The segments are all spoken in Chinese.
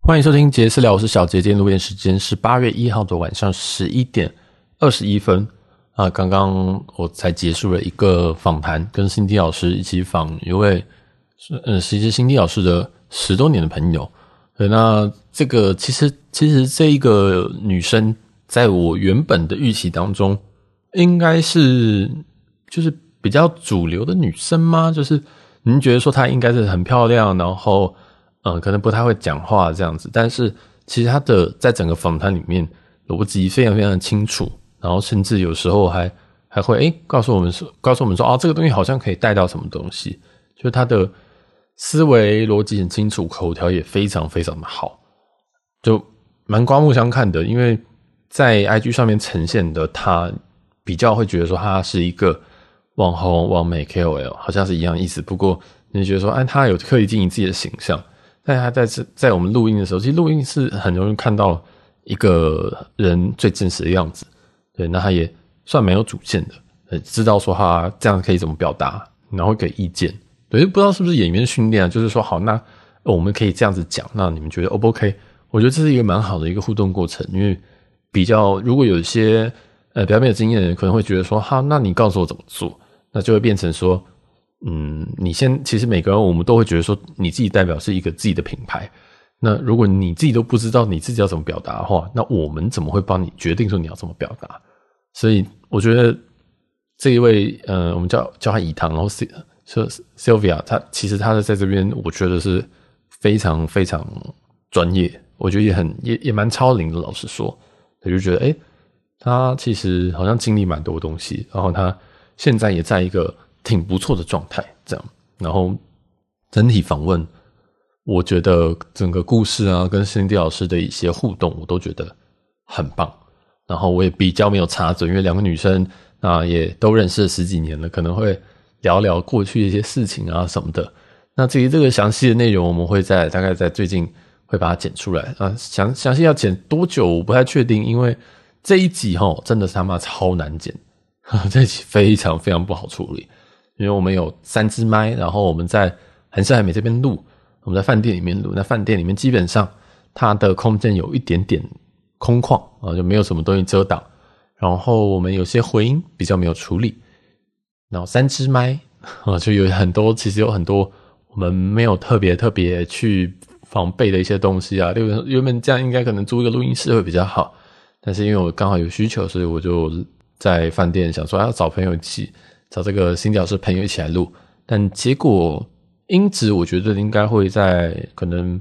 欢迎收听杰私聊，我是小杰。今天录音时间是8月1号的晚上11点21分刚刚我才结束了一个访谈，跟辛迪老师一起访一位其实辛迪老师的10多年的朋友。对，那这个其实这一个女生在我原本的预期当中应该是就是比较主流的女生吗？就是您觉得说她应该是很漂亮，然后可能不太会讲话这样子，但是其实她的在整个访谈里面逻辑非常非常的清楚，然后甚至有时候还会告诉我们说这个东西好像可以带到什么东西，就是她的思维逻辑很清楚，口条也非常非常的好，就蛮刮目相看的。因为在 IG 上面呈现的她比较会觉得说她是一个网红网美 KOL， 好像是一样意思，不过你觉得说她有刻意经营自己的形象，但他在我们录音的时候，其实录音是很容易看到一个人最真实的样子。对，那他也算蛮有主见的，知道说他这样可以怎么表达，然后给意见。对，不知道是不是演员训练就是说好，那我们可以这样子讲，那你们觉得 O 不 OK？ 我觉得这是一个蛮好的一个互动过程，因为比较如果有一些比较没有经验的人可能会觉得说好，那你告诉我怎么做，那就会变成说其实每个人我们都会觉得说你自己代表是一个自己的品牌，那如果你自己都不知道你自己要怎么表达的话，那我们怎么会帮你决定说你要怎么表达？所以我觉得这一位我们叫他以堂，然后Sylvia， 他其实他在这边我觉得是非常非常专业，我觉得也蛮超龄的，老实说，我就觉得他其实好像经历蛮多东西，然后他现在也在一个挺不错的状态这样，然后整体访问我觉得整个故事跟辛迪老师的一些互动我都觉得很棒，然后我也比较没有插嘴，因为两个女生也都认识了10几年了，可能会聊聊过去的一些事情什么的。那至于这个详细的内容我们会大概在最近会把它剪出来详细要剪多久我不太确定，因为这一集真的是他妈超难剪这一集非常非常不好处理，因为我们有3支麦，然后我们在韩式海美这边录，我们在饭店里面录，那饭店里面基本上它的空间有一点点空旷就没有什么东西遮挡，然后我们有些回音比较没有处理，然后3支麦就其实有很多我们没有特别去防备的一些东西原本这样应该可能租一个录音室会比较好，但是因为我刚好有需求，所以我就在饭店想说要找朋友一起找这个辛迪老师朋友一起来录，但结果音质我觉得应该会在可能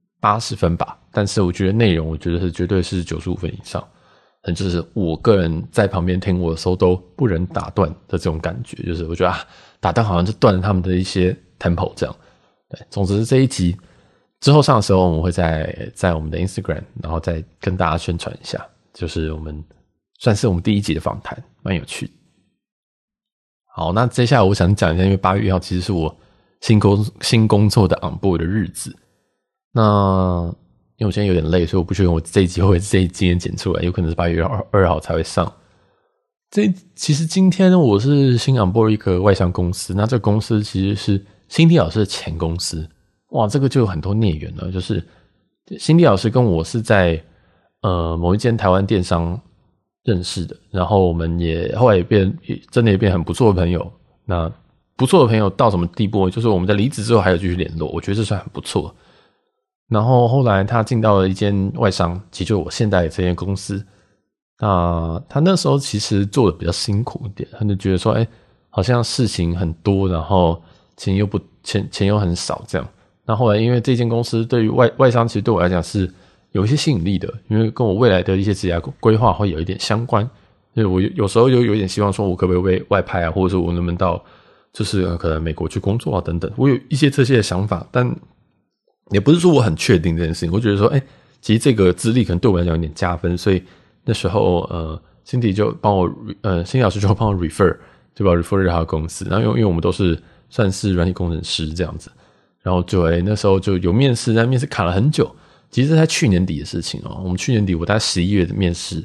80分吧，但是我觉得内容我觉得是绝对是95分以上，就是我个人在旁边听我的时候都不忍打断的这种感觉，就是我觉得打断好像就断了他们的一些 tempo 这样。对，总之这一集之后上的时候我们会在我们的 Instagram 然后再跟大家宣传一下，就是算是我们第一集的访谈，蛮有趣的。好，那接下来我想讲一下，因为8月1号其实是我新工作的 onboard 的日子。那因为我现在有点累，所以我不确定我这一集会不会今天剪出来，有可能是8月2号才会上。其实今天我是新 onboard 一个外商公司，那这个公司其实是辛迪老师的前公司。哇，这个就有很多孽缘了，就是辛迪老师跟我是在某一间台湾电商认识的，然后我们也后来真的也变很不错的朋友。那不错的朋友到什么地步，就是我们在离职之后还有继续联络，我觉得这算很不错。然后后来他进到了一间外商，其实就是我现在的这间公司。那他那时候其实做的比较辛苦一点，他就觉得说好像事情很多，然后钱又很少这样。那后来因为这间公司对于外商其实对我来讲是有一些吸引力的，因为跟我未来的一些职业规划会有一点相关，所以我有时候有点希望说我可不可以为外派或者说我能不能到就是可能美国去工作等等，我有一些这些的想法，但也不是说我很确定这件事情。我觉得说其实这个资历可能对我来讲有点加分，所以那时候辛迪就帮我辛迪老师就帮我 refer 就把我 refer 到他的公司，然后因为我们都是算是软体工程师这样子，然后就那时候就有面试，但面试卡了很久，其实是在去年底的事情我们去年底我大概11月的面试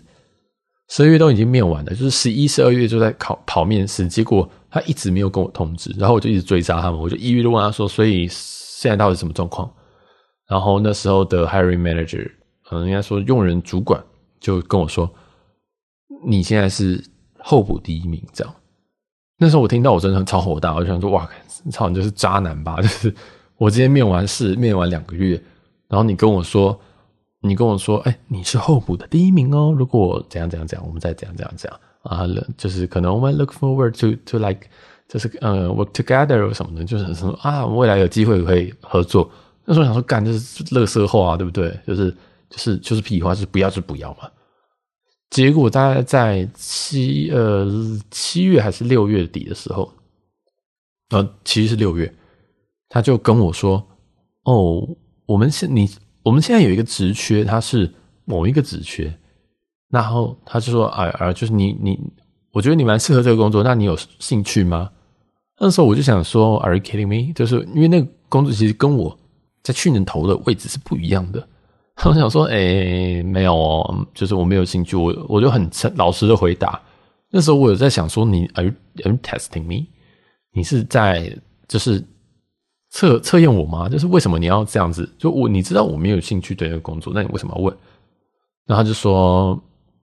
，12月都已经面完了，就是11、12月就在跑面试，结果他一直没有跟我通知，然后我就一直追杀他们，我就1月就问他说，所以现在到底什么状况？ 然后那时候的 hiring manager，应该说用人主管就跟我说，你现在是候补第一名这样。那时候我听到我真的很超火大，我就想说哇，操，你就是渣男吧，就是我今天面完2个月，然后你跟我说你是候补的第一名哦，如果怎样我们再怎样啊，就是可能我们 look forward to like 就是work together 什么的，就是什么啊，未来有机会可以合作。那时候想说干就是垃圾话啊，对不对？就是屁话，就是不要就不要嘛。结果大概在7月还是6月底的时候，其实是6月，他就跟我说，哦，我们现在有一个职缺，它是某一个职缺，然后他就说，就是我觉得你蛮适合这个工作，那你有兴趣吗？那时候我就想说 ，Are you kidding me？ 就是因为那个工作其实跟我在去年投的位置是不一样的。我想说，没有哦，就是我没有兴趣，我就很老实的回答。那时候我有在想说，Are you testing me？ 你是在就是测验我吗？就是为什么你要这样子？就你知道我没有兴趣对那个工作，那你为什么要问？然后他就说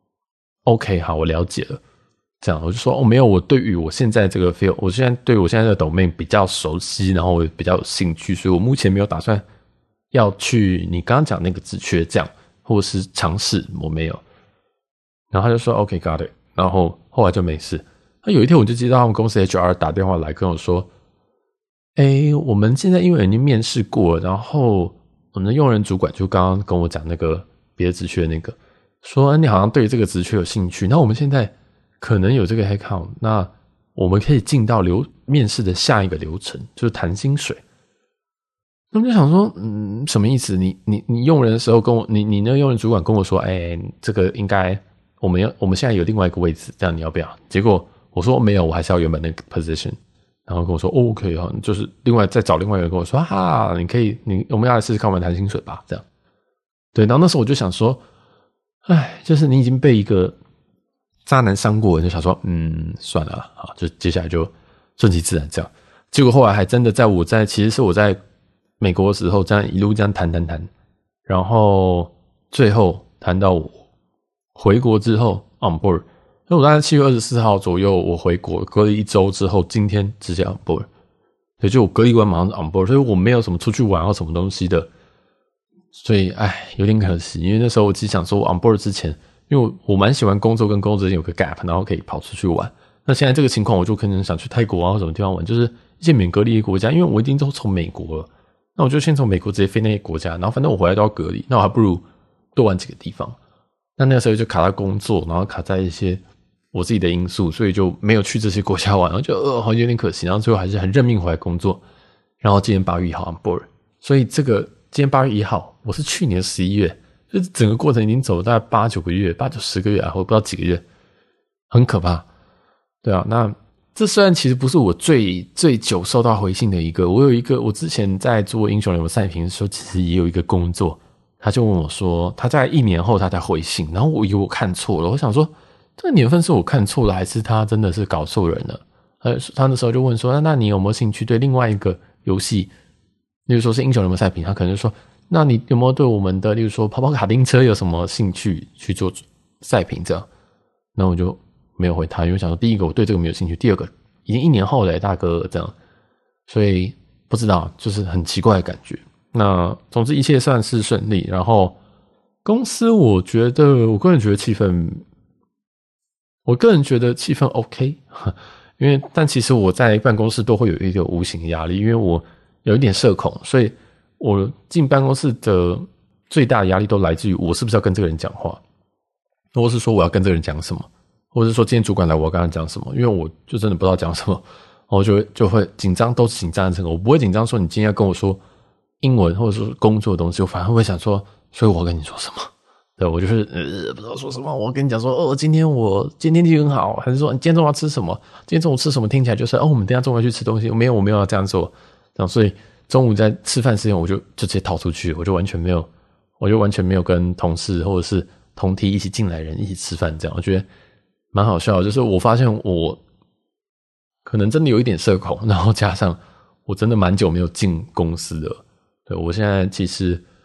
，OK， 好，我了解了。这样我就说，没有，我对于我现在这个 field， 我现在对我现在的 domain 比较熟悉，然后我比较有兴趣，所以我目前没有打算要去你刚刚讲那个职缺这样，或者是尝试，我没有。然后他就说 OK got it， 然后后来就没事。有一天我就接到他们公司 HR 打电话来跟我说，我们现在因为已经面试过了，然后我们的用人主管就刚刚跟我讲那个别的职缺的那个，说你好像对这个职缺有兴趣，那我们现在可能有这个 headcount， 那我们可以进到面试的下一个流程，就是谈薪水。那我就想说，什么意思？你用人的时候跟我，你那个用人主管跟我说，这个应该我们现在有另外一个位置，这样你要不要？结果我说没有，我还是要原本那个 position。然后跟我说OK 啊，就是再找另外一个人跟我说你可以，我们要来试试看我们谈薪水吧，这样。对，然后那时候我就想说，就是你已经被一个渣男伤过，你就想说，算了啦，好，就接下来就顺其自然这样。结果后来还真的其实是我在美国的时候，这样一路这样谈，然后最后谈到我回国之后 on board， 所以我大概7月24号左右我回国，隔离1周之后，今天直接 on board， 对，就我隔离完马上 on board， 所以我没有什么出去玩或什么东西的，所以有点可惜，因为那时候我只想说我 on board 之前，因为我蛮喜欢工作跟工作之间有个 gap， 然后可以跑出去玩。那现在这个情况，我就可能想去泰国啊或什么地方玩，就是一些免隔离的国家，因为我已经都从美国了。那我就先从美国直接飞那些国家，然后反正我回来都要隔离，那我还不如多玩几个地方。那个时候就卡在工作，然后卡在一些我自己的因素，所以就没有去这些国家玩，然后就好像有点可惜，然后最后还是很认命回来工作。然后今天8月1号 on board， 所以今天8月1号，我是去年11月，就是整个过程已经走了大概8、9个月，8、9、10个月啊，我不知道几个月，很可怕。对啊，那这虽然其实不是我最久收到回信的一个，我之前在做英雄联盟赛评的时候，其实也有一个工作，他就问我说，他在1年后他才回信，然后我以为我看错了，我想说这个年份是我看错了，还是他真的是搞错人了？他那时候就问说，那你有没有兴趣对另外一个游戏，例如说是英雄联盟赛评，他可能就说，那你有没有对我们的例如说跑跑卡丁车有什么兴趣去做赛评这样？那我就没有回他，因为想说第一个我对这个没有兴趣，第二个已经1年后了大哥这样，所以不知道，就是很奇怪的感觉。那总之一切算是顺利，然后公司我个人觉得气氛 OK， 但其实我在办公室都会有一个无形的压力，因为我有一点社恐，所以我进办公室的最大的压力都来自于我是不是要跟这个人讲话，或是说我要跟这个人讲什么，或者是说今天主管来我要跟他讲什么，因为我就真的不知道讲什么，我就会紧张，都是紧张的程度。我不会紧张说你今天要跟我说英文或者说工作的东西，我反而会想说，所以我要跟你说什么？对，我就是不知道说什么。我跟你讲说，今天天气很好，还是说你今天中午要吃什么？今天中午吃什么？听起来就是我们等一下中午要去吃东西。我没有要这样做，这样，所以中午在吃饭时间我就直接逃出去，我就完全没有跟同事或者是同梯一起进来人一起吃饭，这样我觉得蛮好笑的。就是我发现我可能真的有一点社恐，然后加上我真的蛮久没有进公司了。对，我现在其实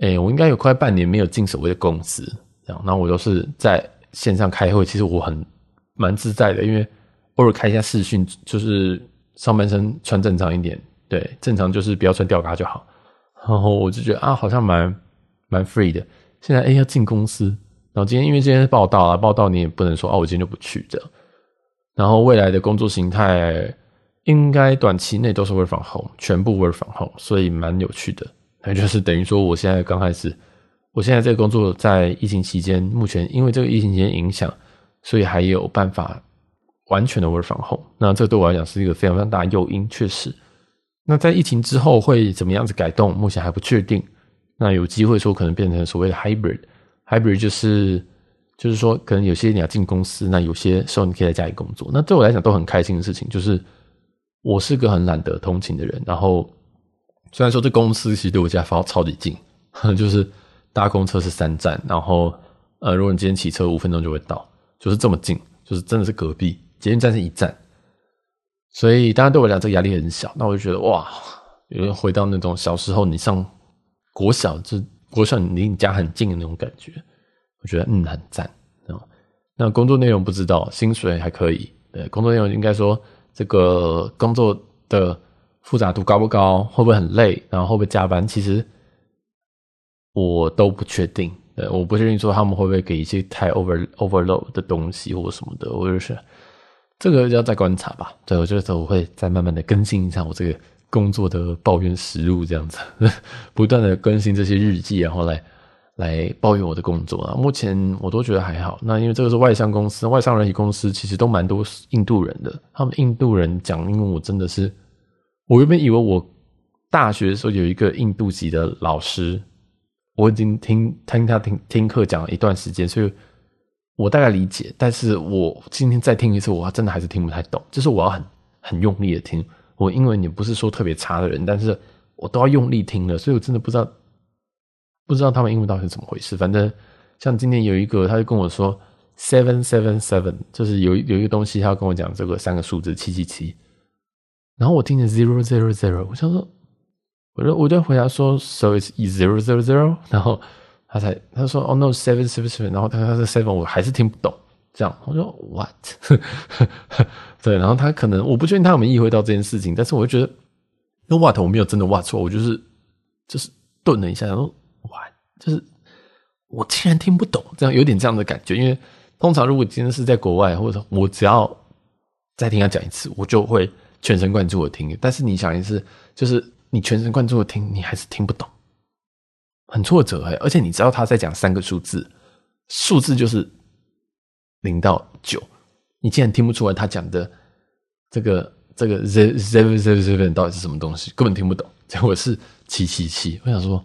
我应该有快半年没有进所谓的公司，这样，那我都是在线上开会，其实我蛮自在的，因为偶尔开一下视讯，就是上半身穿正常一点，对，正常就是不要穿吊嘎就好。然后我就觉得好像蛮 free 的。现在要进公司，然后今天是报道报道你也不能说我今天就不去这样。然后未来的工作形态应该短期内都是 work from home， 全部 work from home， 所以蛮有趣的。那就是等于说我现在刚开始，我现在这个工作在疫情期间，目前因为这个疫情期间影响，所以还有办法完全的 work from home。那这对我来讲是一个非常非常大的诱因，确实。那在疫情之后会怎么样子改动，目前还不确定。那有机会说可能变成所谓的 hybrid 就是说可能有些你要进公司，那有些时候你可以在家里工作。那对我来讲都很开心的事情，就是我是个很懒得通勤的人，然后虽然说这公司其实对我家超级近，就是搭公车是3站，然后如果你今天骑车5分钟就会到，就是这么近，就是真的是隔壁，捷运站是1站。所以当然对我来讲这个压力很小，那我就觉得哇，有点回到那种小时候你上国小，就国小离你家很近的那种感觉，我觉得很赞。那工作内容不知道，薪水还可以，对，工作内容应该说这个工作的复杂度高不高，会不会很累，然后会不会加班，其实我都不确定。我不确定说他们会不会给一些太 overload 的东西或什么的，我就是这个要再观察吧。对，我觉得我会再慢慢的更新一下我这个工作的抱怨实录这样子，不断的更新这些日记，然后来抱怨我的工作啊。目前我都觉得还好。那因为这个是外商公司，外商软体公司其实都蛮多印度人的，他们印度人讲英文我真的是，我原本以为我大学的时候有一个印度籍的老师，我已经听他听课讲了一段时间，所以我大概理解，但是我今天再听一次，我真的还是听不太懂，就是我要很用力的听。我英文也不是说特别差的人，但是我都要用力听了，所以我真的不知道他们英文到底是怎么回事。反正像今天有一个他就跟我说777，就是有一个东西他要跟我讲这个3个数字777，然后我听着000，我想说我就回答说 so it's 000，然后他说oh no 777，然后他说7，我还是听不懂，这样我说 what 对，然后他可能我不确定他有没有意会到这件事情，但是我就觉得那 what 我没有真的 what 错，我就是顿了一下，然后 what 就是我竟然听不懂，这样有点这样的感觉。因为通常如果今天是在国外，或者我只要再听他讲一次，我就会全神贯注的听，但是你想一次，就是你全神贯注的听，你还是听不懂，很挫折而且你知道他在讲3个数字就是0到9，你竟然听不出来他讲的这个 777到底是什么东西，根本听不懂。结果是777，我想说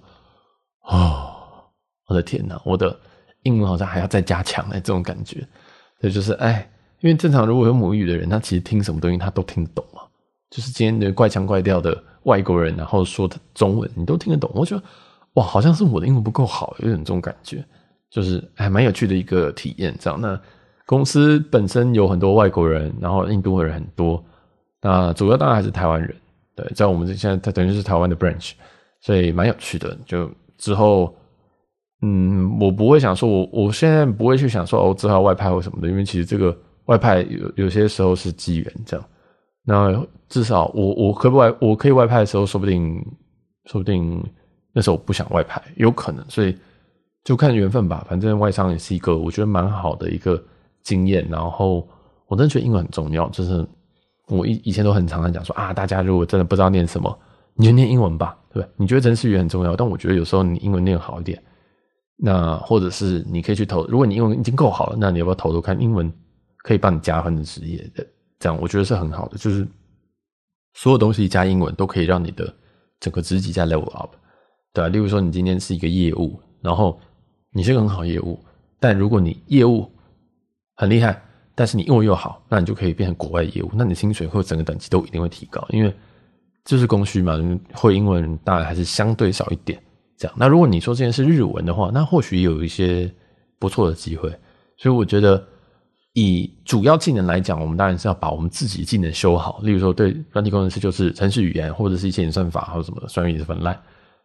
我的天哪，我的英文好像还要再加强这种感觉。所以就是因为正常如果有母语的人，他其实听什么东西他都听得懂嘛，就是今天的怪腔怪调的外国人，然后说中文你都听得懂。我觉得哇，好像是我的英文不够好，有点这种感觉，就是还蛮有趣的一个体验这样。那公司本身有很多外国人，然后印度的人很多，那主要当然还是台湾人，对，在我们现在等于是台湾的 branch， 所以蛮有趣的。就之后我不会想说我现在不会去想说之后要外派或什么的，因为其实这个外派有些时候是机缘这样。那至少我可以外派的时候，说不定那时候我不想外派，有可能，所以就看缘分吧。反正外商也是一个我觉得蛮好的一个经验，然后我真的觉得英文很重要，就是我以前都很常讲说大家如果真的不知道念什么，你就念英文吧，对吧？你觉得程式语言很重要，但我觉得有时候你英文念好一点，那或者是你可以去投，如果你英文已经够好了，那你要不要投看英文可以帮你加分的职业的，这样我觉得是很好的，就是所有东西加英文都可以让你的整个职级加 level up， 对吧？例如说你今天是一个业务，然后你是个很好的业务，但如果你业务很厉害，但是你英文又好，那你就可以变成国外业务，那你薪水或整个等级都一定会提高，因为就是供需嘛，会英文当然还是相对少一点这样。那如果你说这件是日文的话，那或许也有一些不错的机会。所以我觉得以主要技能来讲，我们当然是要把我们自己技能修好，例如说对软体工程师就是程式语言，或者是一些演算法或者什么的，算力是分烂。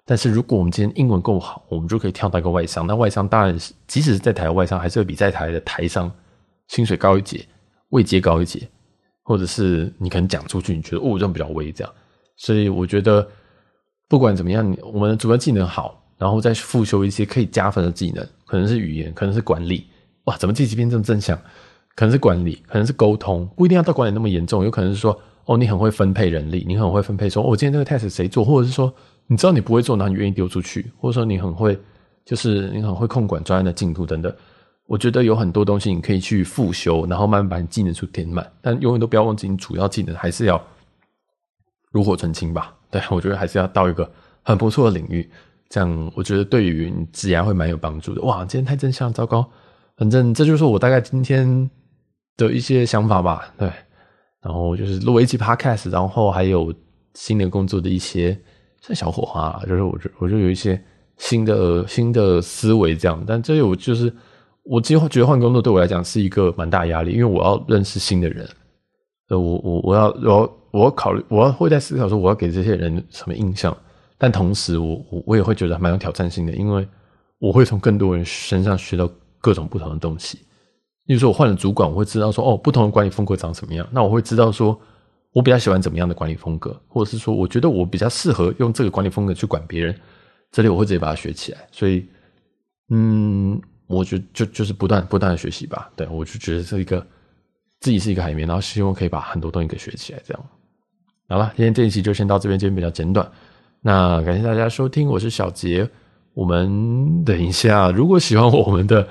但是如果我们今天英文够好，我们就可以跳到一个外商。那外商当然即使是在台湾外商，还是会比在台的台商薪水高一截，位阶高一截，或者是你可能讲出去，你觉得这样比较威这样。所以我觉得不管怎么样，我们的主要技能好，然后再复修一些可以加分的技能，可能是语言，可能是管理。哇，怎么这几篇这么正向？可能是管理，可能是沟通，不一定要到管理那么严重，有可能是说你很会分配人力，你很会分配说今天这个 task 谁做，或者是说你知道你不会做，然后你愿意丢出去，或者说你很会控管专案的进度等等。我觉得有很多东西你可以去复修，然后慢慢把你技能数填满，但永远都不要忘记你主要技能还是要炉火纯青吧。对，我觉得还是要到一个很不错的领域，这样我觉得对于你职涯会蛮有帮助的。哇，今天太正向，糟糕。反正这就是我大概今天的一些想法吧。对，然后就是录一期 podcast， 然后还有新的工作的一些算小火花啦，就是我就有一些新的思维这样。但这我其实觉得换工作对我来讲是一个蛮大压力，因为我要认识新的人，我要考虑，我会在思考说我要给这些人什么印象，但同时我也会觉得蛮有挑战性的，因为我会从更多人身上学到各种不同的东西。例如说我换了主管，我会知道说不同的管理风格长什么样，那我会知道说我比较喜欢怎么样的管理风格，或者是说我觉得我比较适合用这个管理风格去管别人，这里我会直接把它学起来。所以我觉得就是不断的学习吧。对，我就觉得自己是一个海绵，然后希望可以把很多东西给学起来这样。好了，今天这一期就先到这边，今天比较简短。那感谢大家收听，我是小杰。我们等一下，如果喜欢我们的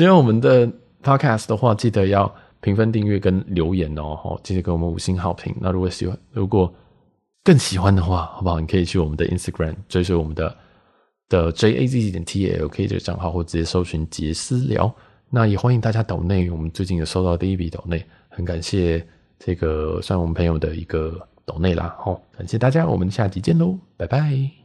podcast 的话，记得要评分、订阅跟留言哦，记得给我们5星好评。那如果更喜欢的话，好不好？你可以去我们的 Instagram 追随我们的JAZZ.TALK 这个账号，或直接搜寻杰私聊。那也欢迎大家抖内，我们最近有收到第一笔抖内，很感谢这个算我们朋友的一个抖内啦。感谢大家，我们下集见咯，拜拜。